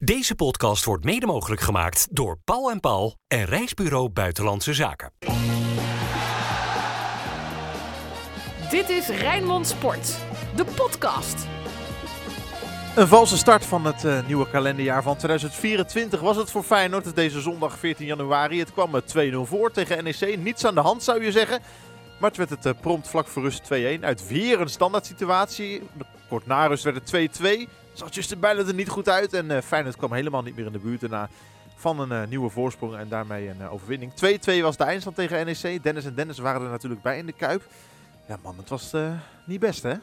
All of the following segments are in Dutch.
Deze podcast wordt mede mogelijk gemaakt door Paul & Paul en Reisbureau Buitenlandse Zaken. Dit is Rijnmond Sport, de podcast. Een valse start van het nieuwe kalenderjaar van 2024 was het voor Feyenoord deze zondag 14 januari. Het kwam 2-0 voor tegen NEC. Niets aan de hand zou je zeggen. Maar het werd het prompt vlak voor rust 2-1 uit weer een standaard situatie. Kort na rust werd het 2-2. Zag Justin Bijlo er niet goed uit en Feyenoord kwam helemaal niet meer in de buurt daarna van een nieuwe voorsprong en daarmee een overwinning. 2-2 was de eindstand tegen NEC. Dennis en Dennis waren er natuurlijk bij in de Kuip. Ja man, het was niet best hè?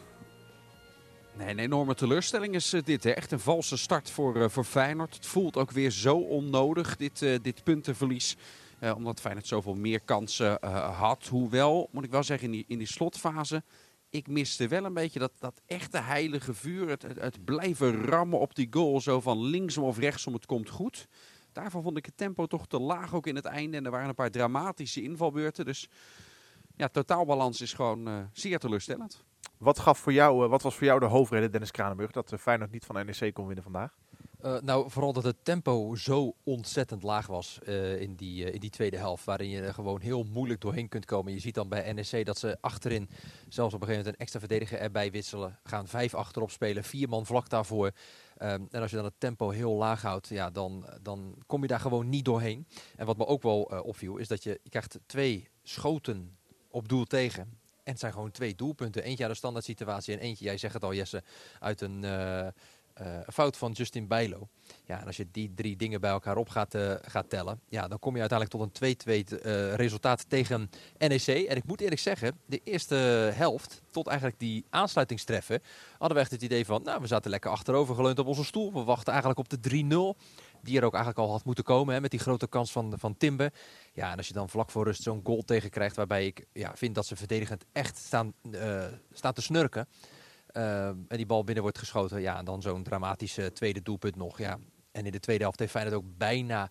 Nee, een enorme teleurstelling is dit. Hè? Echt een valse start voor Feyenoord. Het voelt ook weer zo onnodig, dit puntenverlies. Omdat Feyenoord zoveel meer kansen had. Hoewel, moet ik wel zeggen, in die slotfase, ik miste wel een beetje dat echte heilige vuur. Het blijven rammen op die goal. Zo van linksom of rechtsom, het komt goed. Daarvan vond ik het tempo toch te laag ook in het einde. En er waren een paar dramatische invalbeurten. Dus ja, totaalbalans is gewoon zeer teleurstellend. Wat was voor jou de hoofdreden, Dennis Kranenburg, dat Feyenoord niet van NEC kon winnen vandaag? Vooral dat het tempo zo ontzettend laag was in die tweede helft. Waarin je er gewoon heel moeilijk doorheen kunt komen. Je ziet dan bij NEC dat ze achterin zelfs op een gegeven moment een extra verdediger erbij wisselen. Gaan 5 achterop spelen, 4 man vlak daarvoor. En als je dan het tempo heel laag houdt, ja, dan kom je daar gewoon niet doorheen. En wat me ook wel opviel is dat je krijgt 2 schoten op doel tegen. En het zijn gewoon 2 doelpunten. Eentje uit de standaard situatie en eentje, jij zegt het al Jesse, uit een fout van Justin Bijlo. Ja, en als je die 3 dingen bij elkaar op gaat tellen, ja, dan kom je uiteindelijk tot een 2-2 resultaat tegen NEC. En ik moet eerlijk zeggen, de eerste helft, tot eigenlijk die aansluitingstreffer, hadden we echt het idee van, nou, we zaten lekker achterover geleund op onze stoel. We wachten eigenlijk op de 3-0. Die er ook eigenlijk al had moeten komen, hè, met die grote kans van Timber. Ja, en als je dan vlak voor rust zo'n goal tegenkrijgt, waarbij ik vind dat ze verdedigend echt staan te snurken. En die bal binnen wordt geschoten. Ja, en dan zo'n dramatische tweede doelpunt nog. Ja. En in de tweede helft heeft Feyenoord ook bijna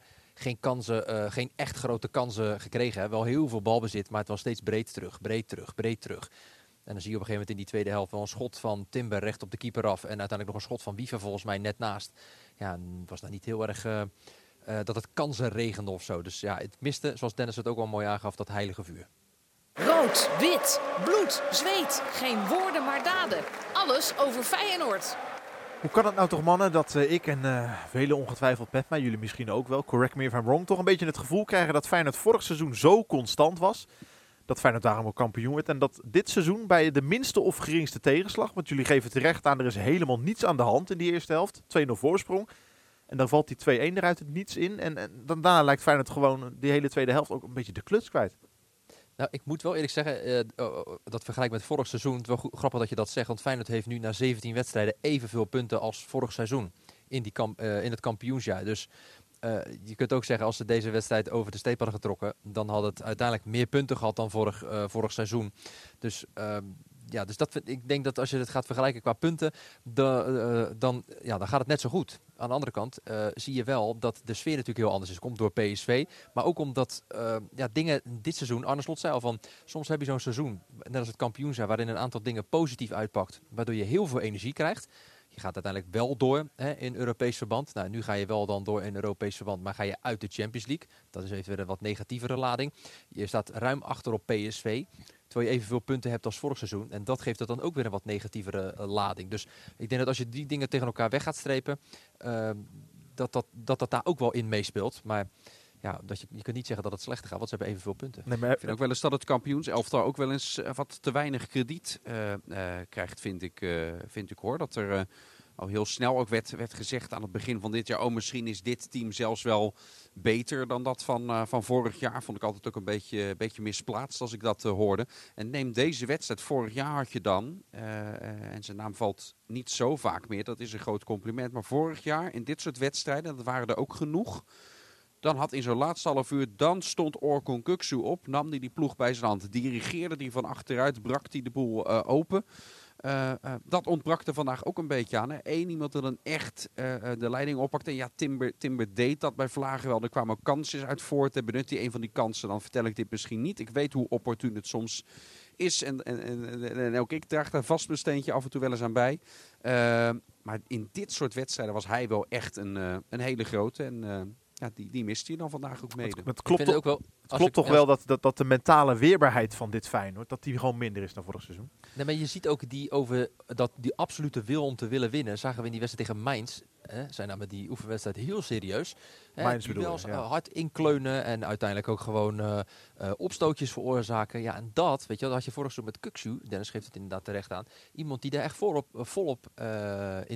geen echt grote kansen gekregen. Hè. Wel heel veel balbezit, maar het was steeds breed terug. En dan zie je op een gegeven moment in die tweede helft wel een schot van Timber recht op de keeper af. En uiteindelijk nog een schot van Wiever volgens mij net naast. Ja, het was nou niet heel erg dat het kansen regende of zo. Dus ja, het miste, zoals Dennis het ook wel mooi aangaf, dat heilige vuur. Rood, wit, bloed, zweet. Geen woorden maar daden. Alles over Feyenoord. Hoe kan het nou toch mannen dat ik en velen ongetwijfeld met mij, jullie misschien ook wel, correct me if I'm wrong, toch een beetje het gevoel krijgen dat Feyenoord vorig seizoen zo constant was. Dat Feyenoord daarom ook kampioen werd. En dat dit seizoen bij de minste of geringste tegenslag, want jullie geven terecht aan, er is helemaal niets aan de hand in die eerste helft. 2-0 voorsprong. En dan valt die 2-1 eruit het niets in. En dan daarna lijkt Feyenoord gewoon die hele tweede helft ook een beetje de kluts kwijt. Nou, ik moet wel eerlijk zeggen, dat vergelijk met vorig seizoen, het is wel grappig dat je dat zegt, want Feyenoord heeft nu na 17 wedstrijden evenveel punten als vorig seizoen in het kampioensjaar. Dus je kunt ook zeggen, als ze deze wedstrijd over de streep hadden getrokken, dan had het uiteindelijk meer punten gehad dan vorig seizoen. Dus ik denk dat als je het gaat vergelijken qua punten, dan gaat het net zo goed. Aan de andere kant zie je wel dat de sfeer natuurlijk heel anders is. Komt door PSV, maar ook omdat dingen dit seizoen, Arne Slot zei al van, soms heb je zo'n seizoen, net als het kampioensjaar, waarin een aantal dingen positief uitpakt, waardoor je heel veel energie krijgt. Je gaat uiteindelijk wel door in Europees verband. Nou, nu ga je wel dan door in Europees verband, maar ga je uit de Champions League. Dat is even een wat negatievere lading. Je staat ruim achter op PSV, terwijl je evenveel punten hebt als vorig seizoen. En dat geeft het dan ook weer een wat negatievere lading. Dus ik denk dat als je die dingen tegen elkaar weg gaat strepen, dat daar ook wel in meespeelt. Maar ja, je kunt niet zeggen dat het slechter gaat, want ze hebben evenveel punten. Nee, maar ik vind ook wel eens dat het kampioenselftal ook wel eens wat te weinig krediet krijgt, vind ik hoor. Dat er al heel snel ook werd gezegd aan het begin van dit jaar, misschien is dit team zelfs wel beter dan dat van vorig jaar. Vond ik altijd ook een beetje misplaatst als ik dat hoorde. En neem deze wedstrijd. Vorig jaar had je dan, en zijn naam valt niet zo vaak meer, dat is een groot compliment. Maar vorig jaar in dit soort wedstrijden, dat waren er ook genoeg. Dan had in zo'n laatste half uur, dan stond Orkun Kukçu op, nam die ploeg bij zijn hand, dirigeerde die van achteruit, brak die de boel open. Dat ontbrak er vandaag ook een beetje aan. Hè. Eén iemand dat dan echt de leiding oppakte. En ja, Timber deed dat bij Vlagen wel. Er kwamen ook kansen uit voort. En benut hij een van die kansen, dan vertel ik dit misschien niet. Ik weet hoe opportun het soms is. En ook ik draag daar vast mijn steentje af en toe wel eens aan bij. Maar in dit soort wedstrijden was hij wel echt een hele grote. En die mist hij dan vandaag ook mede. Het klopt vind ook wel, Het klopt toch wel dat de mentale weerbaarheid van dit Feyenoord, dat die gewoon minder is dan vorig seizoen. Nee, maar je ziet ook die absolute wil om te willen winnen. Zagen we in die wedstrijd tegen Mainz. Zij namen die oefenwedstrijd heel serieus. Mainz bedoel je, ja. Hard inkleunen en uiteindelijk ook gewoon opstootjes veroorzaken. Ja, en dat had je vorig seizoen met Kukçu. Dennis geeft het inderdaad terecht aan. Iemand die daar echt volop in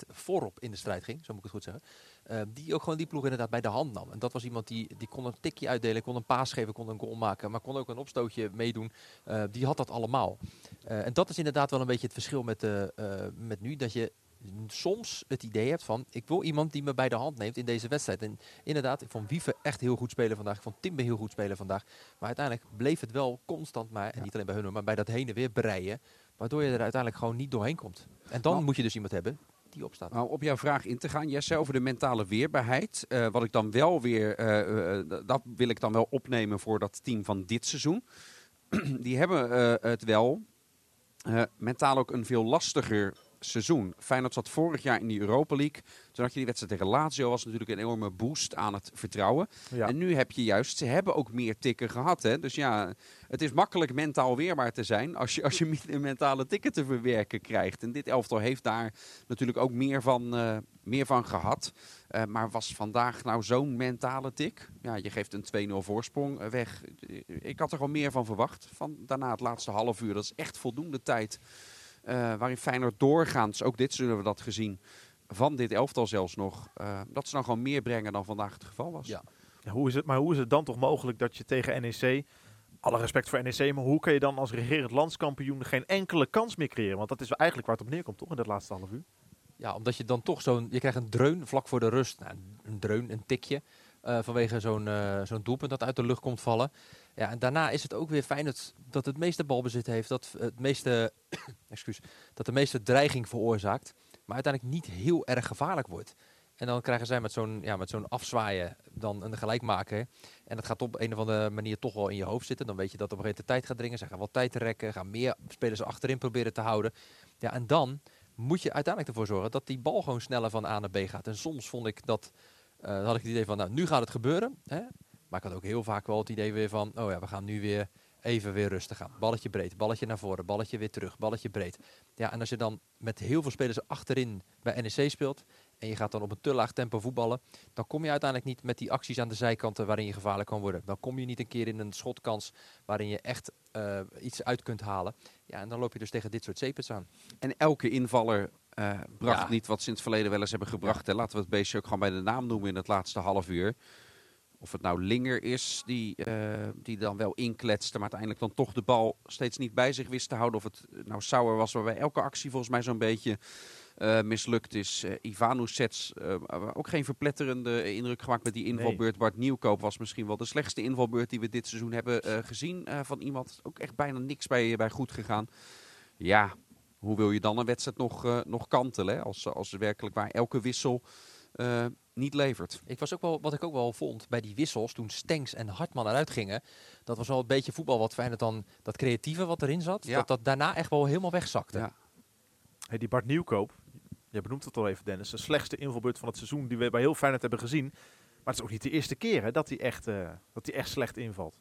de strijd ging, zo moet ik het goed zeggen. Die ook gewoon die ploeg inderdaad bij de hand nam. En dat was iemand die kon een tikje uitdelen, kon een paas geven, kon een goal maken, maar kon ook een opstootje meedoen. Die had dat allemaal. En dat is inderdaad wel een beetje het verschil met nu, dat je soms het idee hebt van, ik wil iemand die me bij de hand neemt in deze wedstrijd. En inderdaad, ik vond Wiever echt heel goed spelen vandaag. Ik vond Timber heel goed spelen vandaag. Maar uiteindelijk bleef het wel constant maar, en niet alleen bij hun, maar bij dat heen en weer breien. Waardoor je er uiteindelijk gewoon niet doorheen komt. En dan moet je dus iemand hebben die opstaat. Nou, op jouw vraag in te gaan, Jesse, over de mentale weerbaarheid. Wat ik dan wel weer, dat wil ik dan wel opnemen voor dat team van dit seizoen. Die hebben het wel mentaal ook een veel lastiger seizoen. Feyenoord zat vorig jaar in die Europa League. Toen had je die wedstrijd tegen Lazio, was natuurlijk een enorme boost aan het vertrouwen. Ja. En nu heb je juist, ze hebben ook meer tikken gehad. Hè? Dus ja, het is makkelijk mentaal weerbaar te zijn als je mentale tikken te verwerken krijgt. En dit elftal heeft daar natuurlijk ook meer van gehad. Maar was vandaag nou zo'n mentale tik? Ja, je geeft een 2-0 voorsprong weg. Ik had er gewoon meer van verwacht. Daarna het laatste half uur, dat is echt voldoende tijd. Waarin Feyenoord doorgaans, ook dit zullen we dat gezien, van dit elftal zelfs nog, dat ze dan gewoon meer brengen dan vandaag het geval was. Ja. Ja, hoe is het dan toch mogelijk dat je tegen NEC, alle respect voor NEC, maar hoe kan je dan als regerend landskampioen geen enkele kans meer creëren? Want dat is eigenlijk waar het op neerkomt, toch, in dat laatste half uur? Ja, omdat je dan toch je krijgt een dreun vlak voor de rust. Nou, een dreun, een tikje. Vanwege zo'n doelpunt dat uit de lucht komt vallen. Ja, en daarna is het ook weer fijn dat het meeste balbezit heeft. Dat het meeste, dat de meeste dreiging veroorzaakt. Maar uiteindelijk niet heel erg gevaarlijk wordt. En dan krijgen zij met zo'n afzwaaien dan een gelijkmaker. En dat gaat op een of andere manier toch wel in je hoofd zitten. Dan weet je dat op een gegeven moment de tijd gaat dringen. Ze gaan wel tijd rekken. Gaan meer spelers achterin proberen te houden. Ja, en dan moet je uiteindelijk ervoor zorgen dat die bal gewoon sneller van A naar B gaat. En soms vond ik dat, had ik het idee van, nou, nu gaat het gebeuren. Hè? Maar ik had ook heel vaak wel het idee weer van, oh ja, we gaan nu weer even rustig aan. Balletje breed, balletje naar voren, balletje weer terug, balletje breed. Ja, en als je dan met heel veel spelers achterin bij NEC speelt en je gaat dan op een te laag tempo voetballen, dan kom je uiteindelijk niet met die acties aan de zijkanten waarin je gevaarlijk kan worden. Dan kom je niet een keer in een schotkans waarin je echt iets uit kunt halen. Ja, en dan loop je dus tegen dit soort zeepers aan. En elke invaller bracht niet wat ze in het verleden wel eens hebben gebracht. Ja. Laten we het beestje ook gewoon bij de naam noemen in het laatste half uur. Of het nou Linger is, die dan wel inkletste, maar uiteindelijk dan toch de bal steeds niet bij zich wist te houden. Of het nou Sauer was, waarbij elke actie volgens mij zo'n beetje mislukt is. Ivanovic ook geen verpletterende indruk gemaakt met die invalbeurt. Nee. Bart Nieuwkoop was misschien wel de slechtste invalbeurt die we dit seizoen hebben gezien. Van iemand, ook echt bijna niks bij goed gegaan. Ja, hoe wil je dan een wedstrijd nog kantelen? Hè? Als werkelijk waar elke wissel niet levert. Wat ik ook wel vond bij die wissels, toen Stenks en Hartman eruit gingen, dat was wel een beetje voetbal wat Feyenoord dan, dat creatieve wat erin zat, dat daarna echt wel helemaal wegzakte. Ja. Hey, die Bart Nieuwkoop, je benoemt het al even, Dennis, de slechtste invalbeurt van het seizoen die we bij heel Feyenoord hebben gezien. Maar het is ook niet de eerste keer hè, dat hij echt slecht invalt.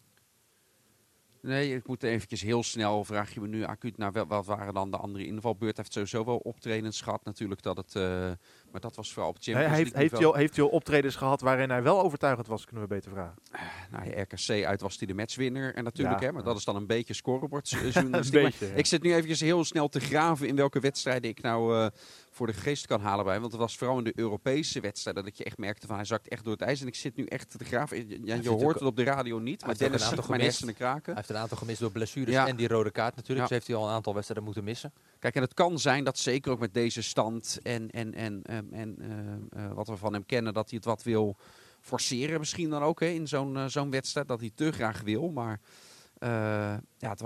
Nee, ik moet eventjes heel snel, vraag je me nu acuut naar wat waren dan de andere invalbeurt. Hij heeft sowieso wel optredens gehad natuurlijk, maar dat was vooral op Champions League. Heeft hij al optredens gehad waarin hij wel overtuigend was, kunnen we beter vragen. Nou, RKC uit was hij de matchwinner en natuurlijk, hè, maar dat is dan een beetje scorebordjournalistiek. beetje, Ik zit nu eventjes heel snel te graven in welke wedstrijden ik nou voor de geest kan halen bij. Want het was vooral in de Europese wedstrijden dat je echt merkte van hij zakt echt door het ijs. En ik zit nu echt te graven. Je hoort het op de radio niet, maar Dennis zegt mijn hersenen kraken. Hij heeft een aantal gemist door blessures en die rode kaart natuurlijk. Dus heeft hij al een aantal wedstrijden moeten missen. Kijk, en het kan zijn dat zeker ook met deze stand en wat we van hem kennen, dat hij het wat wil forceren misschien dan ook in zo'n wedstrijd. Dat hij te graag wil, maar het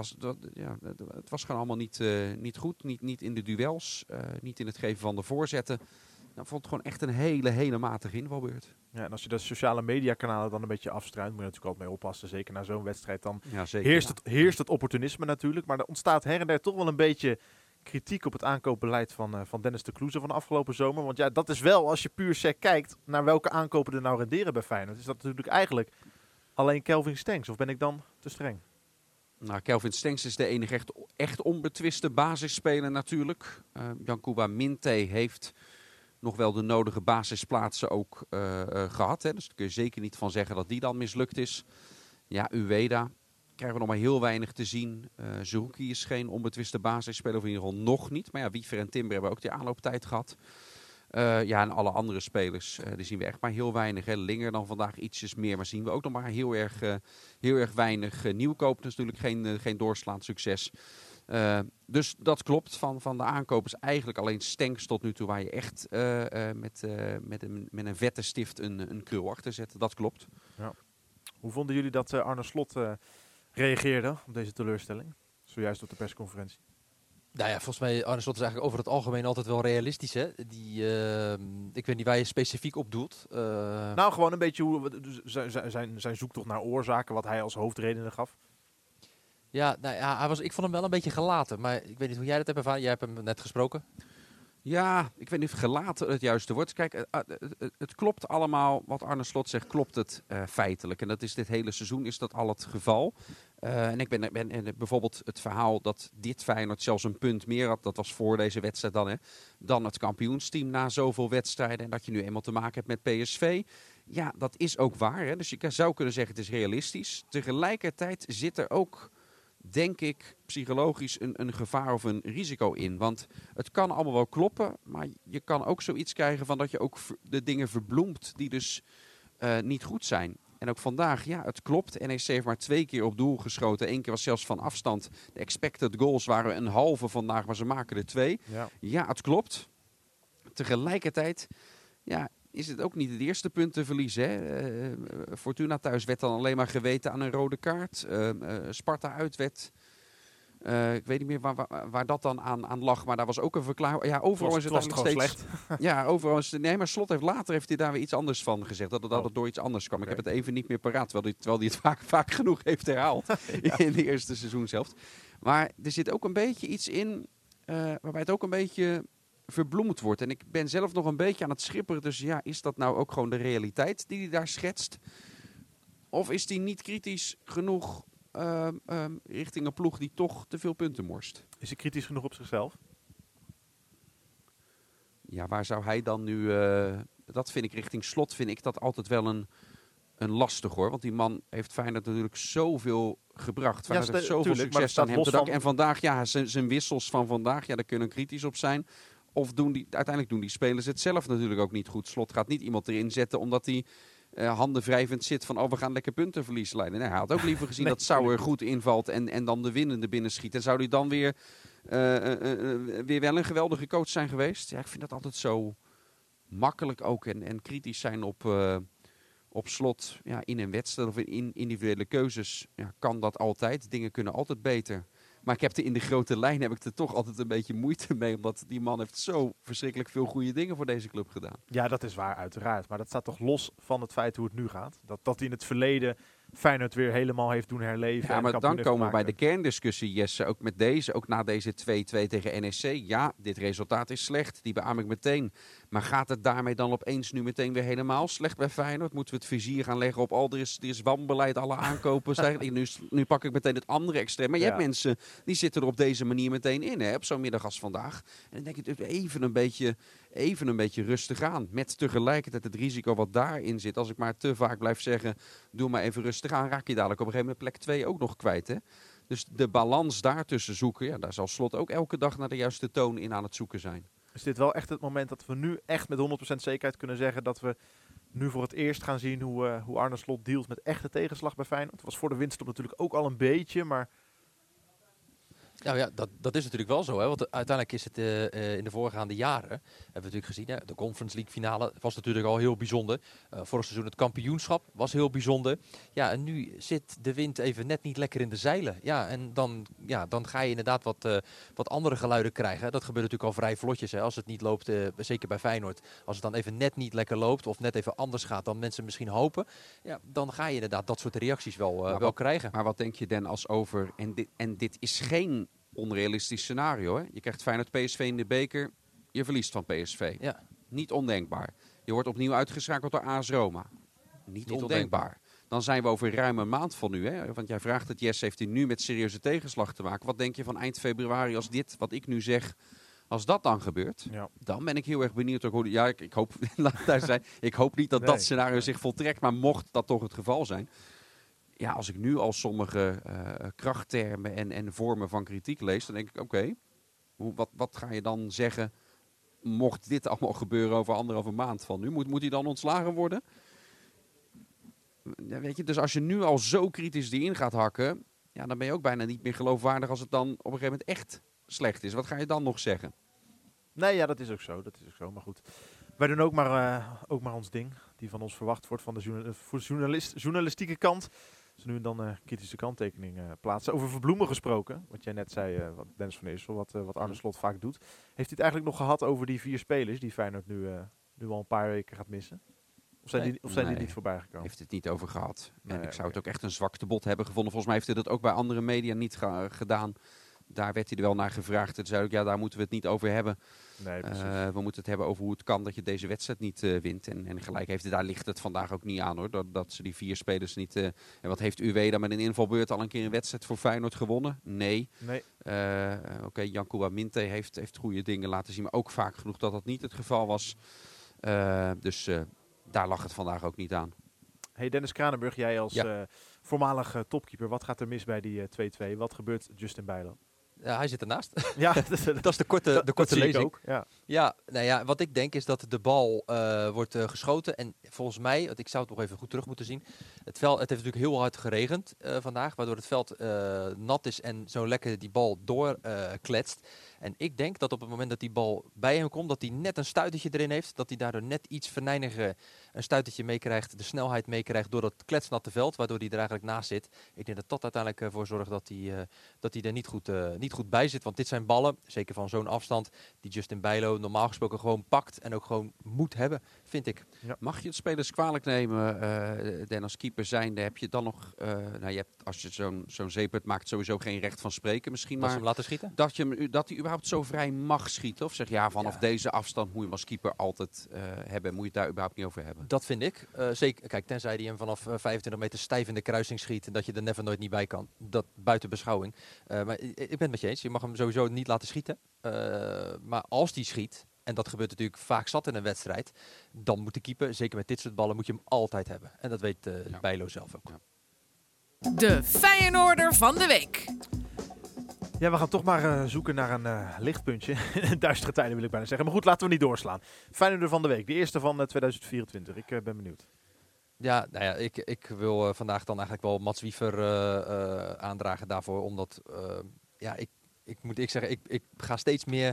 was gewoon allemaal niet goed. Niet in de duels, niet in het geven van de voorzetten. dan vond het gewoon echt een hele matige invalbeurt. Ja, en als je de sociale mediakanalen dan een beetje afstruint, moet je natuurlijk altijd mee oppassen. Zeker na zo'n wedstrijd dan Ja, zeker. heerst het opportunisme natuurlijk. Maar er ontstaat her en der toch wel een beetje kritiek op het aankoopbeleid van Dennis de Kloeze van de afgelopen zomer. Want ja, dat is wel, als je puur sec kijkt naar welke aankopen er nou renderen bij Feyenoord, is dat natuurlijk eigenlijk alleen Kelvin Stengs. Of ben ik dan te streng? Nou, Kelvin Stengs is de enige echt onbetwiste basisspeler natuurlijk. Yankuba Minte heeft nog wel de nodige basisplaatsen ook gehad. Hè. Dus daar kun je zeker niet van zeggen dat die dan mislukt is. Ja, Ueda krijgen we nog maar heel weinig te zien. Zerouki is geen onbetwiste basisspeler, of in ieder geval nog niet. Maar ja, Wiever en Timber hebben ook die aanlooptijd gehad. Ja, en alle andere spelers, die zien we echt maar heel weinig. Hè. Linger dan vandaag ietsjes meer, maar zien we ook nog maar heel erg weinig. Nieuwkoop is natuurlijk geen doorslaand succes. Dus dat klopt. Van de aankopers eigenlijk alleen Stenks tot nu toe, waar je echt met een vette stift een krul achter zet. Dat klopt. Ja. Hoe vonden jullie dat Arne Slot reageerde op deze teleurstelling? Zojuist op de persconferentie. Nou ja, volgens mij Arne Slot is eigenlijk over het algemeen altijd wel realistisch. Hè? Ik weet niet waar je specifiek op doelt. Nou, gewoon een beetje zijn zoektocht naar oorzaken, wat hij als hoofdredenen gaf. Ja, nou ja, ik vond hem wel een beetje gelaten. Maar ik weet niet hoe jij dat hebt ervaren. Jij hebt hem net gesproken. Ja, ik weet niet of gelaten het juiste woord. Kijk, het klopt allemaal. Wat Arne Slot zegt, klopt het feitelijk. En dat is dit hele seizoen is dat al het geval. En ik ben bijvoorbeeld het verhaal dat dit Feyenoord zelfs een punt meer had. Dat was voor deze wedstrijd dan het kampioensteam na zoveel wedstrijden. En dat je nu eenmaal te maken hebt met PSV. Ja, dat is ook waar. Hè? Dus je zou kunnen zeggen het is realistisch. Tegelijkertijd zit er ook, denk ik, psychologisch een gevaar of een risico in. Want het kan allemaal wel kloppen, maar je kan ook zoiets krijgen van dat je ook de dingen verbloemt die dus niet goed zijn. En ook vandaag, ja, het klopt. NEC heeft maar 2 keer op doel geschoten. 1 keer was zelfs van afstand. De expected goals waren een halve vandaag, maar ze maken er 2. Ja, het klopt. Tegelijkertijd, ja, is het ook niet het eerste punt te verliezen. Hè? Fortuna thuis werd dan alleen maar geweten aan een rode kaart. Sparta uit werd... ik weet niet meer waar dat dan aan lag, maar daar was ook een verklaring. Ja, overal is het eigenlijk steeds slecht. Ja, overal is het. Nee, maar Slot heeft hij daar weer iets anders van gezegd. Dat het door iets anders kwam. Okay. Ik heb het even niet meer paraat, terwijl hij het vaak genoeg heeft herhaald in de eerste seizoenshelft. Maar er zit ook een beetje iets in waarbij het ook een beetje verbloemd wordt. En ik ben zelf nog een beetje aan het schipperen. Dus ja, is dat nou ook gewoon de realiteit die hij daar schetst? Of is hij niet kritisch genoeg richting een ploeg die toch te veel punten morst? Is hij kritisch genoeg op zichzelf? Ja, waar zou hij dan nu... dat vind ik richting Slot, vind ik dat altijd wel een lastig hoor. Want die man heeft Feyenoord natuurlijk zoveel gebracht. Feyenoord heeft zoveel succes aan hem te danken. En vandaag, ja, zijn wissels van vandaag, ja, daar kunnen we kritisch op zijn. Of uiteindelijk doen die spelers het zelf natuurlijk ook niet goed. Slot gaat niet iemand erin zetten omdat hij handen wrijvend zit van we gaan lekker puntenverlies leiden. Nee, hij had ook liever gezien dat Sauer goed invalt en dan de winnende binnenschiet. En zou hij dan weer wel een geweldige coach zijn geweest? Ja, ik vind dat altijd zo makkelijk ook. En kritisch zijn op Slot in een wedstrijd of in individuele keuzes. Ja, kan dat altijd. Dingen kunnen altijd beter. Maar in de grote lijn heb ik er toch altijd een beetje moeite mee. Omdat die man heeft zo verschrikkelijk veel goede dingen voor deze club gedaan. Ja, dat is waar, uiteraard. Maar dat staat toch los van het feit hoe het nu gaat. Dat hij in het verleden Feyenoord weer helemaal heeft doen herleven. Ja, maar dan komen we bij de kerndiscussie, Jesse. Ook na deze 2-2 tegen NEC. Ja, dit resultaat is slecht. Die beaam ik meteen. Maar gaat het daarmee dan opeens nu meteen weer helemaal slecht bij Feyenoord? Moeten we het vizier gaan leggen op er is wanbeleid, alle aankopen? Nu pak ik meteen het andere extreem. Maar je hebt mensen die zitten er op deze manier meteen in, hè, op zo'n middag als vandaag. En dan denk ik even een beetje rustig aan. Met tegelijkertijd het risico wat daarin zit. Als ik maar te vaak blijf zeggen, doe maar even rustig aan, raak je dadelijk op een gegeven moment plek 2 ook nog kwijt. Hè? Dus de balans daartussen zoeken, ja, daar zal Slot ook elke dag naar de juiste toon in aan het zoeken zijn. Is dit wel echt het moment dat we nu echt met 100% zekerheid kunnen zeggen dat we nu voor het eerst gaan zien hoe Arne Slot dealt met echte tegenslag bij Feyenoord? Het was voor de winststop natuurlijk ook al een beetje, maar... Nou ja, dat is natuurlijk wel zo. Hè? Want uiteindelijk is het in de voorgaande jaren, hebben we natuurlijk gezien, hè? De Conference League finale was natuurlijk al heel bijzonder. Vorig seizoen het kampioenschap was heel bijzonder. Ja, en nu zit de wind even net niet lekker in de zeilen. Ja, en dan ga je inderdaad wat andere geluiden krijgen. Dat gebeurt natuurlijk al vrij vlotjes. Hè? Als het niet loopt, zeker bij Feyenoord. Als het dan even net niet lekker loopt of net even anders gaat dan mensen misschien hopen. Ja, dan ga je inderdaad dat soort reacties wel krijgen. Maar wat denk je dan als over... En dit is geen onrealistisch scenario. Hè? Je krijgt Feyenoord PSV in de beker. Je verliest van PSV. Ja. Niet ondenkbaar. Je wordt opnieuw uitgeschakeld door AS Roma. Niet ondenkbaar. Dan zijn we over ruim een maand van nu. Hè? Want jij vraagt het, Jess, heeft hij nu met serieuze tegenslag te maken. Wat denk je van eind februari als dit, wat ik nu zeg... Als dat dan gebeurt, dan ben ik heel erg benieuwd. Ja, ik hoop, laat daar zijn. Ik hoop niet dat scenario zich voltrekt. Maar mocht dat toch het geval zijn... Ja, als ik nu al sommige krachttermen en vormen van kritiek lees, dan denk ik, oké, wat ga je dan zeggen, mocht dit allemaal gebeuren over 1,5 maand van nu? Moet hij dan ontslagen worden? Ja, weet je, dus als je nu al zo kritisch die in gaat hakken, ja, dan ben je ook bijna niet meer geloofwaardig als het dan op een gegeven moment echt slecht is. Wat ga je dan nog zeggen? Nee, ja, dat is ook zo. Maar goed, wij doen ook maar ons ding, die van ons verwacht wordt van de journalistieke kant. Dus nu en dan kritische kanttekening plaatsen. Over Verbloemen gesproken, wat jij net zei, wat Dennis van Eersel, wat Arne Slot vaak doet. Heeft hij het eigenlijk nog gehad over die 4 spelers die Feyenoord nu al een paar weken gaat missen? Of zijn die niet voorbij gekomen? Heeft het niet over gehad. Nee, en ik zou het ook echt een zwaktebod hebben gevonden. Volgens mij heeft hij dat ook bij andere media niet gedaan. Daar werd hij er wel naar gevraagd. En zei ook, ja, daar moeten we het niet over hebben. Nee, we moeten het hebben over hoe het kan dat je deze wedstrijd niet wint. En gelijk heeft hij, daar ligt het vandaag ook niet aan, hoor. Dat ze die 4 spelers niet... en wat heeft UW dan met een invalbeurt al een keer een wedstrijd voor Feyenoord gewonnen? Nee. Oké, Yankuba Minte heeft goede dingen laten zien. Maar ook vaak genoeg dat dat niet het geval was. Dus daar lag het vandaag ook niet aan. Hey Dennis Kranenburg, jij als voormalig topkeeper. Wat gaat er mis bij die 2-2? Wat gebeurt Justin Bijlo? Ja, hij zit ernaast. Ja, dat is de korte lezing. Ook, Wat ik denk is dat de bal wordt geschoten. En volgens mij, want ik zou het nog even goed terug moeten zien. Het heeft natuurlijk heel hard geregend vandaag. Waardoor het veld nat is en zo lekker die bal doorkletst. En ik denk dat op het moment dat die bal bij hem komt, dat hij net een stuitertje erin heeft. Dat hij daardoor net iets verneiniger een stuitertje meekrijgt. De snelheid meekrijgt door dat kletsnatte veld. Waardoor hij er eigenlijk naast zit. Ik denk dat uiteindelijk voor zorgt dat hij er niet goed bij zit. Want dit zijn ballen, zeker van zo'n afstand, die Justin Bijlo normaal gesproken gewoon pakt. En ook gewoon moet hebben, vind ik. Ja. Mag je het spelers kwalijk nemen, Den, als keeper zijnde? Heb je dan nog, je hebt, als je zo'n zeepert maakt, sowieso geen recht van spreken misschien. Maar maar hem laten schieten? Dat hij überhaupt zo vrij mag schieten? Of zeg je, vanaf deze afstand moet je hem als keeper altijd hebben. Moet je het daar überhaupt niet over hebben? Dat vind ik. Zeker, kijk, tenzij hij hem vanaf 25 meter stijf in de kruising schiet en dat je er never nooit niet bij kan. Dat buiten beschouwing. Maar ik ben het met je eens. Je mag hem sowieso niet laten schieten. Maar als die schiet, en dat gebeurt natuurlijk vaak zat in een wedstrijd, dan moet de keeper, zeker met dit soort ballen, moet je hem altijd hebben. En dat weet Bijlo zelf ook. Ja. De Feyenoorder van de week. Ja, we gaan toch maar zoeken naar een lichtpuntje. Duistere tijden wil ik bijna zeggen. Maar goed, laten we niet doorslaan. Feyenoorder van de week. De eerste van 2024. Ik ben benieuwd. Ja, nou ja, ik wil vandaag dan eigenlijk wel Mats Wiever aandragen daarvoor. Omdat, ik moet zeggen, ik ga steeds meer...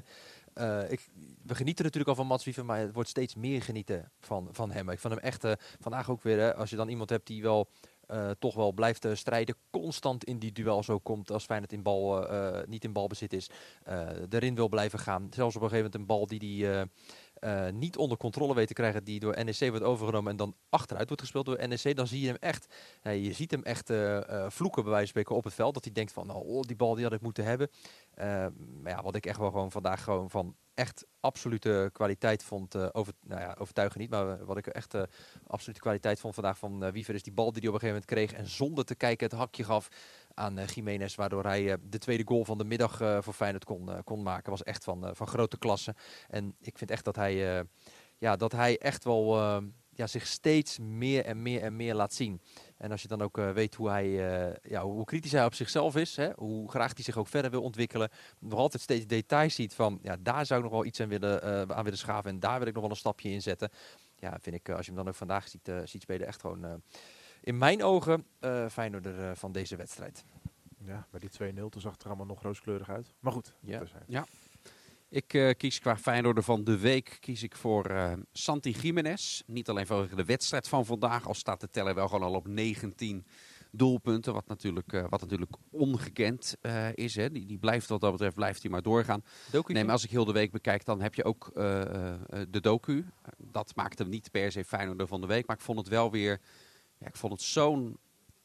we genieten natuurlijk al van Mats Wiever, maar het wordt steeds meer genieten van hem. Ik vond hem echt vandaag ook weer, als je dan iemand hebt die wel... toch wel blijft strijden, constant in die duel zo komt als Feyenoord niet in balbezit is, erin wil blijven gaan. Zelfs op een gegeven moment een bal die niet onder controle weet te krijgen, die door NEC wordt overgenomen en dan achteruit wordt gespeeld door NEC, dan zie je hem echt, je ziet hem echt vloeken bij wijze van spreken op het veld, dat hij denkt van, die bal die had ik moeten hebben. Maar ja, wat ik echt wel gewoon vandaag gewoon van echt absolute kwaliteit vond, overtuigen niet, maar wat ik echt absolute kwaliteit vond vandaag van Wiever is die bal die hij op een gegeven moment kreeg en zonder te kijken het hakje gaf aan Jiménez, waardoor hij de tweede goal van de middag voor Feyenoord kon maken. Was echt van grote klasse. En ik vind echt dat hij echt wel zich steeds meer en meer laat zien. En als je dan ook weet hoe kritisch hij op zichzelf is, hè, hoe graag hij zich ook verder wil ontwikkelen, nog altijd steeds details ziet van, daar zou ik nog wel iets aan willen schaven en daar wil ik nog wel een stapje in zetten. Ja, vind ik, als je hem dan ook vandaag ziet spelen, echt gewoon in mijn ogen Feyenoorder van deze wedstrijd. Ja, bij die 2-0 toen zag het er allemaal nog rooskleurig uit. Maar goed. Ja. Ja. Ik kies qua Feyenoorder van de week kies ik voor Santi Gimenez. Niet alleen vanwege de wedstrijd van vandaag, al staat de teller wel gewoon al op 19 doelpunten. Wat natuurlijk ongekend is. Hè. Die blijft wat dat betreft blijft hij maar doorgaan. Nee, maar als ik heel de week bekijk, dan heb je ook de docu. Dat maakt hem niet per se Feyenoorder van de week. Maar ik vond het wel weer... Ja, ik vond het zo'n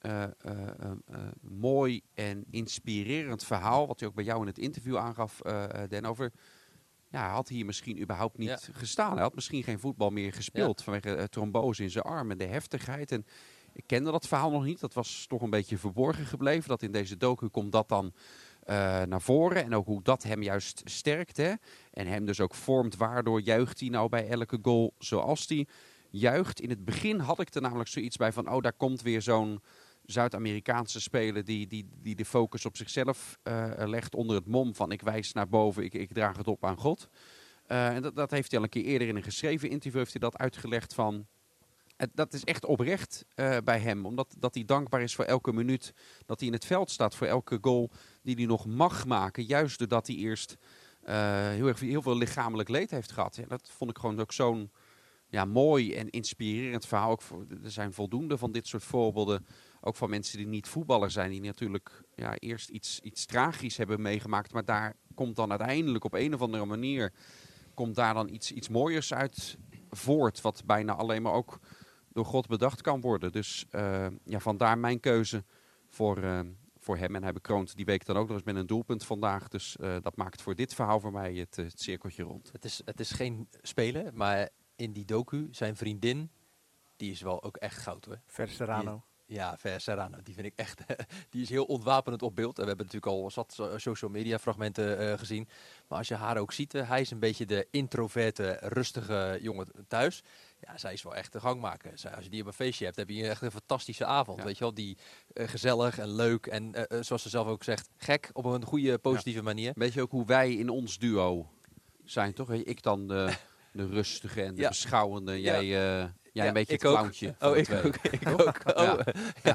mooi en inspirerend verhaal. Wat hij ook bij jou in het interview aangaf, Den, over... Ja, hij had hier misschien überhaupt niet gestaan. Hij had misschien geen voetbal meer gespeeld vanwege trombose in zijn arm en de heftigheid. En ik kende dat verhaal nog niet. Dat was toch een beetje verborgen gebleven. Dat in deze docu komt dat dan naar voren. En ook hoe dat hem juist sterkt. Hè? En hem dus ook vormt. Waardoor juicht hij nou bij elke goal zoals hij juicht. In het begin had ik er namelijk zoiets bij van... Oh, daar komt weer zo'n Zuid-Amerikaanse speler die de focus op zichzelf legt onder het mom van ik wijs naar boven, ik draag het op aan God. En dat heeft hij al een keer eerder in een geschreven interview heeft hij dat uitgelegd van... Dat is echt oprecht bij hem, omdat hij dankbaar is voor elke minuut dat hij in het veld staat, voor elke goal die hij nog mag maken, juist doordat hij eerst heel veel lichamelijk leed heeft gehad. Ja, dat vond ik gewoon ook zo'n mooi en inspirerend verhaal. Ook er zijn voldoende van dit soort voorbeelden. Ook van mensen die niet voetballer zijn. Die natuurlijk eerst iets tragisch hebben meegemaakt. Maar daar komt dan uiteindelijk op een of andere manier... komt daar dan iets mooiers uit voort. Wat bijna alleen maar ook door God bedacht kan worden. Dus vandaar mijn keuze voor hem. En hij bekroont die week dan ook nog eens met een doelpunt vandaag. Dus dat maakt voor dit verhaal voor mij het cirkeltje rond. Het is geen spelen, maar in die docu, zijn vriendin, die is wel ook echt goud hoor. Ver Serrano. Ja, Ver Serrano, die vind ik echt, die is heel ontwapenend op beeld. En we hebben natuurlijk al zat social media fragmenten gezien. Maar als je haar ook ziet, hij is een beetje de introverte, rustige jongen thuis. Ja, zij is wel echt de gangmaker. Als je die op een feestje hebt, heb je echt een fantastische avond. Ja. Weet je wel, die gezellig en leuk en zoals ze zelf ook zegt, gek op een goede, positieve manier. Weet je ook hoe wij in ons duo zijn, toch? Ik dan de rustige en de beschouwende, jij een beetje het clowntje. Oh, ik ook. Oh, ja.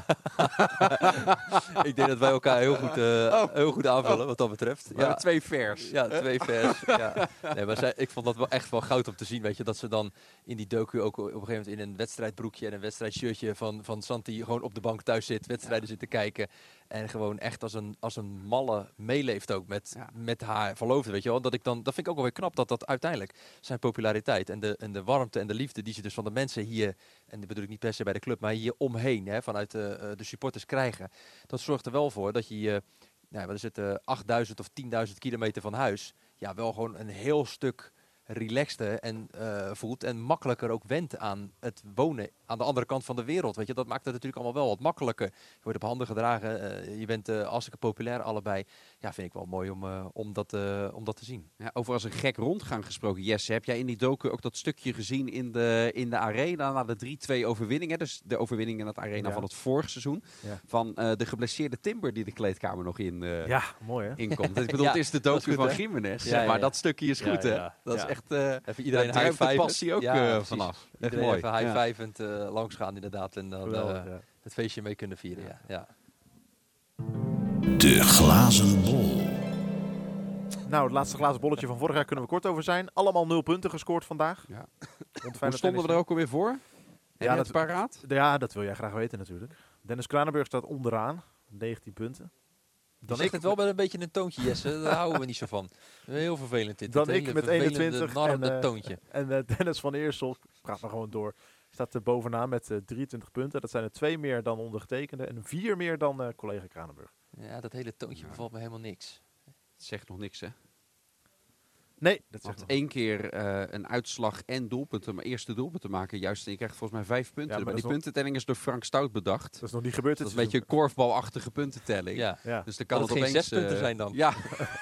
Ik denk dat wij elkaar heel goed aanvullen wat dat betreft. Ja, 2 vers. Ja, 2 vers. Ja. Nee, maar ik vond dat wel echt wel goud om te zien. Weet je, dat ze dan in die docu ook op een gegeven moment in een wedstrijdbroekje en een wedstrijdshirtje van Santi gewoon op de bank thuis zit, wedstrijden zit te kijken. En gewoon echt als een malle meeleeft ook met haar verloofde, weet je wel. Dat vind ik ook wel weer knap dat uiteindelijk zijn populariteit en de warmte en de liefde die ze dus van de mensen hier, en dat bedoel ik niet per se bij de club, maar hier omheen, vanuit de supporters krijgen. Dat zorgt er wel voor dat je, wat is het, 8.000 of 10.000 kilometer van huis, wel gewoon een heel stuk relaxter en voelt en makkelijker ook went aan het wonen aan de andere kant van de wereld. Weet je, dat maakt het natuurlijk allemaal wel wat makkelijker. Je wordt op handen gedragen, je bent hartstikke populair allebei. Ja, vind ik wel mooi om dat te zien. Ja, over als een gek rondgaan gesproken, Jesse, heb jij in die docu ook dat stukje gezien in de arena na de 3-2 overwinning? Hè? Dus de overwinning in het arena van het vorige seizoen. Ja. Van de geblesseerde Timber die de kleedkamer nog mooi hè? inkomt. Ik bedoel, het is de docu van Gimenez, maar dat stukje is goed hè? Dat is echt... even iedereen high-fivend. Passie ook vanaf. Iedereen mooi. Even high-fivend langs gaan inderdaad. En dan het feestje mee kunnen vieren. Ja. De glazen bol. Nou, het laatste glazen bolletje van vorig jaar kunnen we kort over zijn. Allemaal 0 punten gescoord vandaag. Ja. Hoe stonden we er ook alweer voor? Heb je het paraat? Ja, dat wil jij graag weten natuurlijk. Dennis Kranenburg staat onderaan. 19 punten. Dan zegt het wel met een beetje een toontje, Jesse. Daar houden we niet zo van. Heel vervelend dit. Dan ik met 21 en toontje. En Dennis van Eersel, praat maar gewoon door, staat er bovenaan met 23 punten. Dat zijn er 2 meer dan ondergetekende en 4 meer dan collega Kranenburg. Ja, dat hele toontje bevalt me helemaal niks. Het zegt nog niks, hè? Nee, dat zegt nog 1 keer een uitslag en doelpunten, maar eerste doelpunten maken. Juist, en je krijgt volgens mij 5 punten. Ja, maar die puntentelling is door Frank Stout bedacht. Dat is nog niet gebeurd. Dat is een beetje een korfbalachtige puntentelling. Ja. Dus dan kan het geen opeens 6 punten zijn dan. Ja.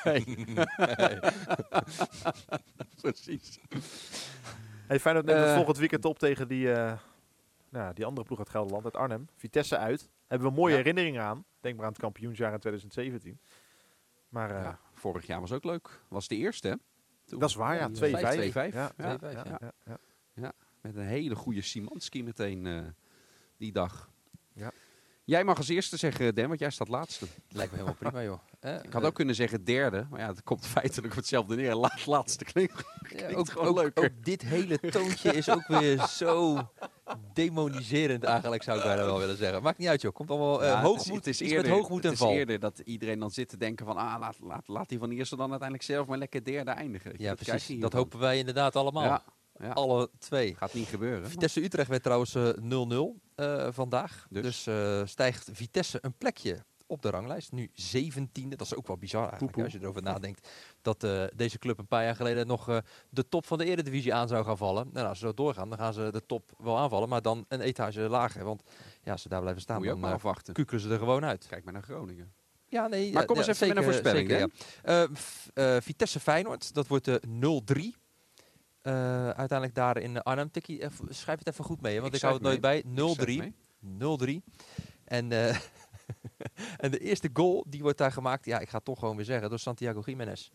Precies. Hey, Feyenoord neemt het volgend weekend op tegen die andere ploeg uit Gelderland, uit Arnhem. Vitesse uit. Hebben we mooie herinneringen aan. Denk maar aan het kampioensjaar in 2017. Maar vorig jaar was ook leuk. Was de eerste, hè? Toen. Dat is waar, ja. 2-5. Ja, met een hele goede Szymanski meteen die dag. Ja. Jij mag als eerste zeggen, Dan, want jij staat laatste. Lijkt me helemaal prima, joh. Ik had ook kunnen zeggen derde, maar ja, het komt feitelijk op hetzelfde neer. Laatste klinkt gewoon leuker. Ook dit hele toontje is ook weer zo demoniserend eigenlijk, zou ik bijna wel willen zeggen. Maakt niet uit, joh. Komt allemaal hoogmoed. Het is iets eerder, met hoogmoed en val. Het is eerder dat iedereen dan zit te denken van, laat die van Eerste dan uiteindelijk zelf maar lekker derde eindigen. Ja, precies. Dat hopen wij inderdaad allemaal. Ja. Alle twee. Gaat niet gebeuren. Vitesse Utrecht werd trouwens 0-0 vandaag. Dus stijgt Vitesse een plekje op de ranglijst. Nu 17e. Dat is ook wel bizar eigenlijk, als je erover nadenkt. Dat deze club een paar jaar geleden nog de top van de Eredivisie aan zou gaan vallen. Nou, als ze zo doorgaan, dan gaan ze de top wel aanvallen. Maar dan een etage lager. Want ja, als ze daar blijven staan, moet je ook maar dan afwachten. kukelen ze er gewoon uit. Kijk maar naar Groningen. Ja, nee, maar kom eens even zeker, met een voorspelling. Zeker, Vitesse Feyenoord, dat wordt 0-3. Uiteindelijk daar in Arnhem. Tikkie, schrijf het even goed mee, hè, want ik hou het nooit bij. 0-3. En, en de eerste goal, die wordt daar gemaakt, ja, ik ga het toch gewoon weer zeggen, door Santiago Gimenez.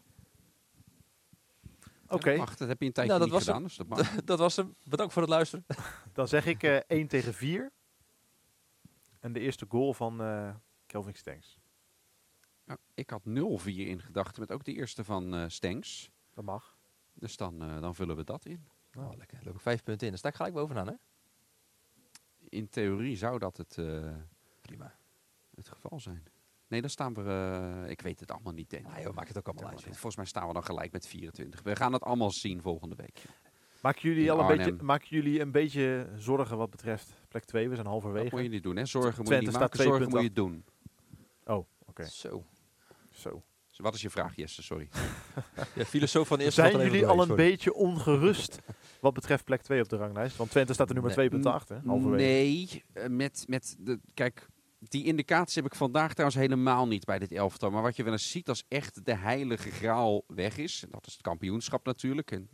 Oké. Dat heb je een tijdje niet gedaan. Dus dat was hem. Bedankt voor het luisteren. Dan zeg ik 1-4. En de eerste goal van Kelvin Stengs. Ja, ik had 0-4 in gedachten met ook de eerste van Stengs. Dat mag. Dus dan vullen we dat in. Oh, lekker. Dan loop ik 5 punten in. Dan sta ik gelijk bovenaan, hè? In theorie zou dat prima het geval zijn. Nee, dan staan we... ik weet het allemaal niet, denk ik. Ah, joh, maak het ook allemaal uit. Volgens mij staan we dan gelijk met 24. We gaan het allemaal zien volgende week. Maken jullie een beetje zorgen wat betreft plek 2? We zijn halverwege. Dat moet je niet doen, hè? Zorgen moet je niet maken. Zorgen moet je doen. Oh, oké. Zo. Wat is je vraag, Jesse? Sorry. Ja, filosoof van eerste. Zijn jullie al een beetje ongerust wat betreft plek 2 op de ranglijst? Want Twente staat er nu maar 2,8, hè? Nee, kijk, die indicaties heb ik vandaag trouwens helemaal niet bij dit elftal. Maar wat je wel eens ziet als echt de heilige graal weg is, en dat is het kampioenschap natuurlijk. En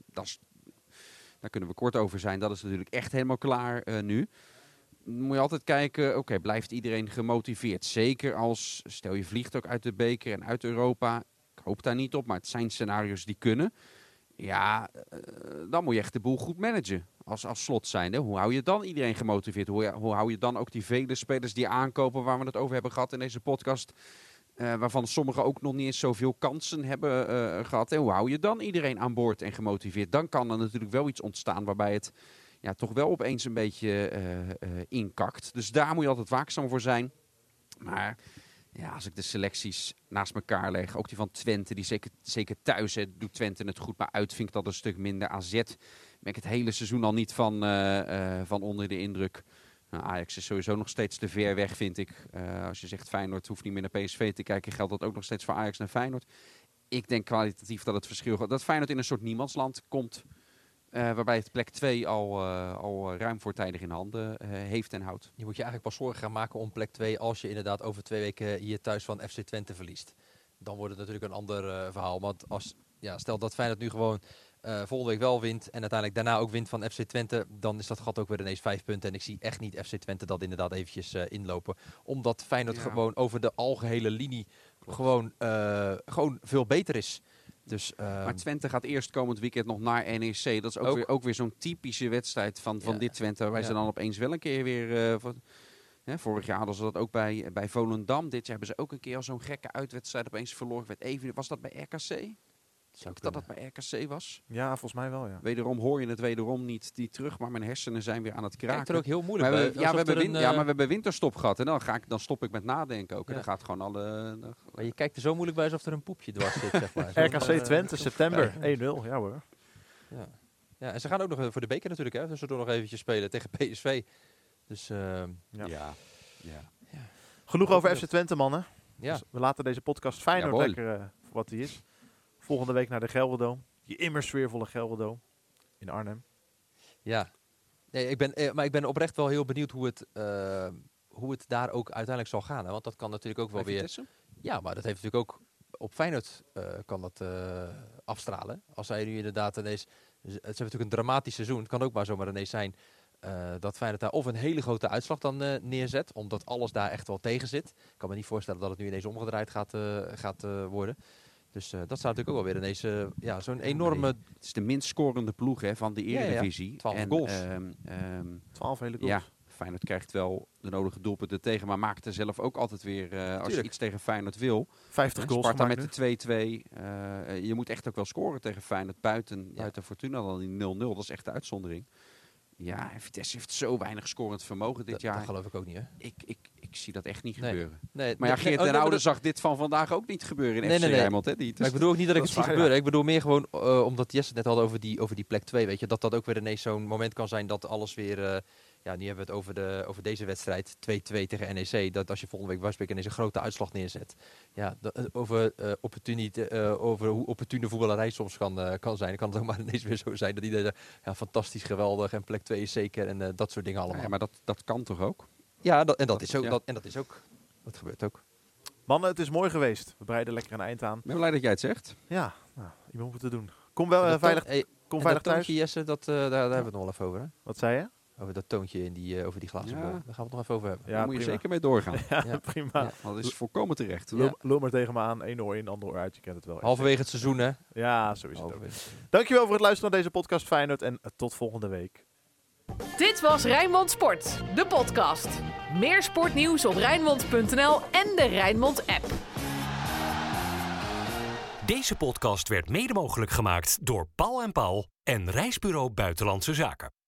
daar kunnen we kort over zijn. Dat is natuurlijk echt helemaal klaar nu. Dan moet je altijd kijken, oké, blijft iedereen gemotiveerd? Zeker als, stel je vliegt ook uit de beker en uit Europa. Ik hoop daar niet op, maar het zijn scenario's die kunnen. Ja, dan moet je echt de boel goed managen. Als Slot zijnde. Hoe hou je dan iedereen gemotiveerd? Hoe hou je dan ook die vele spelers die aankopen waar we het over hebben gehad in deze podcast? Waarvan sommigen ook nog niet eens zoveel kansen hebben gehad. En hoe hou je dan iedereen aan boord en gemotiveerd? Dan kan er natuurlijk wel iets ontstaan waarbij het toch wel opeens een beetje inkakt. Dus daar moet je altijd waakzaam voor zijn. Maar ja, als ik de selecties naast elkaar leg, ook die van Twente, die zeker thuis doet Twente het goed, maar uit vind ik dat een stuk minder. AZ ben ik het hele seizoen al niet van onder de indruk. Nou, Ajax is sowieso nog steeds te ver weg, vind ik. Als je zegt Feyenoord hoeft niet meer naar PSV te kijken, geldt dat ook nog steeds voor Ajax naar Feyenoord. Ik denk kwalitatief dat het verschil, dat Feyenoord in een soort niemandsland komt. Waarbij het plek 2 al ruim voortijdig in handen heeft en houdt. Je moet je eigenlijk pas zorgen gaan maken om plek 2 als je inderdaad over 2 weken hier thuis van FC Twente verliest. Dan wordt het natuurlijk een ander verhaal. Want stel dat Feyenoord nu gewoon volgende week wel wint en uiteindelijk daarna ook wint van FC Twente, dan is dat gat ook weer ineens 5 punten. En ik zie echt niet FC Twente dat inderdaad eventjes inlopen. Omdat Feyenoord gewoon over de algehele linie gewoon veel beter is. Dus, maar Twente gaat eerst komend weekend nog naar NEC. Dat is ook weer zo'n typische wedstrijd van dit Twente. Waarbij ze dan opeens wel een keer weer... vorig jaar hadden ze dat ook bij Volendam. Dit jaar hebben ze ook een keer al zo'n gekke uitwedstrijd opeens verloren. Was dat bij RKC? Dat bij RKC was? Ja, volgens mij wel, ja. Wederom hoor je het niet terug, maar mijn hersenen zijn weer aan het kraken. Kijkt er ook heel moeilijk maar bij. Maar we hebben winterstop gehad en dan stop ik met nadenken ook. En dan gaat gewoon Maar je kijkt er zo moeilijk bij alsof er een poepje dwars zit, zeg maar. RKC Twente, september, 1-0, ja hoor. Ja, en ze gaan ook nog voor de beker natuurlijk, hè. Dus ze doen nog eventjes spelen tegen PSV. Dus, Genoeg over FC Twente, mannen. Ja. Dus we laten deze podcast Feyenoord lekker voor wat die is. Volgende week naar de Gelderdoom. Je immer sfeervolle Gelderdoom in Arnhem. Ja. Nee, ik ben oprecht wel heel benieuwd hoe het daar ook uiteindelijk zal gaan. Hè? Want dat kan natuurlijk ook wel weer... Vitesse? Ja, maar dat heeft natuurlijk ook... Op Feyenoord kan dat afstralen. Als zij nu inderdaad ineens... Ze hebben natuurlijk een dramatisch seizoen. Het kan ook maar zomaar ineens zijn dat Feyenoord daar of een hele grote uitslag dan neerzet. Omdat alles daar echt wel tegen zit. Ik kan me niet voorstellen dat het nu ineens omgedraaid gaat worden. Dus dat staat natuurlijk ook wel weer ineens zo'n enorme... Het is de minst scorende ploeg van de Eredivisie. 12 goals. 12 hele goals. Ja, Feyenoord krijgt wel de nodige doelpunten tegen, maar maakt er zelf ook altijd weer, als je iets tegen Feyenoord wil. 50 goals Sparta gemaakt met de 2-2. Je moet echt ook wel scoren tegen Feyenoord buiten Fortuna dan die 0-0. Dat is echt de uitzondering. Ja, en Vitesse heeft zo weinig scorend vermogen dit jaar. Dat geloof ik ook niet, hè? Ik zie dat echt niet gebeuren. Nee, Maar ja, Geert den Oude zag dit van vandaag ook niet gebeuren in FC Rijnmond. Hè? Maar ik bedoel ook niet dat ik het zie gebeuren. Ik bedoel meer gewoon, omdat Jesse het net had over die plek 2. Weet je, dat ook weer ineens zo'n moment kan zijn dat alles weer... nu hebben we het over deze wedstrijd. 2-2 tegen NEC. Dat als je volgende week Wasbeek ineens een grote uitslag neerzet. Ja, over hoe opportune voetballerij soms kan zijn. Dan kan het ook maar ineens weer zo zijn dat iedereen fantastisch, geweldig en plek 2 is zeker. En dat soort dingen allemaal. Ja, maar dat kan toch ook? Ja, dat is ook. Dat gebeurt ook. Mannen, het is mooi geweest. We breiden lekker een eind aan. Ik ben blij dat jij het zegt. Ja, iemand moet het doen. Kom wel veilig, kom veilig thuis. Toontje, Jesse, daar hebben we het nog wel even over. Hè? Wat zei je? Over dat toontje over die glazen bol. Daar gaan we het nog even over hebben. Ja, daar moet je zeker mee doorgaan. Ja, prima. Ja, dat is volkomen terecht. Loop maar tegen me aan. 1 oor in, ander oor uit. Je kent het wel. Halverwege het seizoen, hè? Ja, zo is het ook. Dankjewel voor het luisteren naar deze podcast Feyenoord. En tot volgende week. Dit was Rijnmond Sport, de podcast. Meer sportnieuws op Rijnmond.nl en de Rijnmond app. Deze podcast werd mede mogelijk gemaakt door Paul en Paul en Reisbureau Buitenlandse Zaken.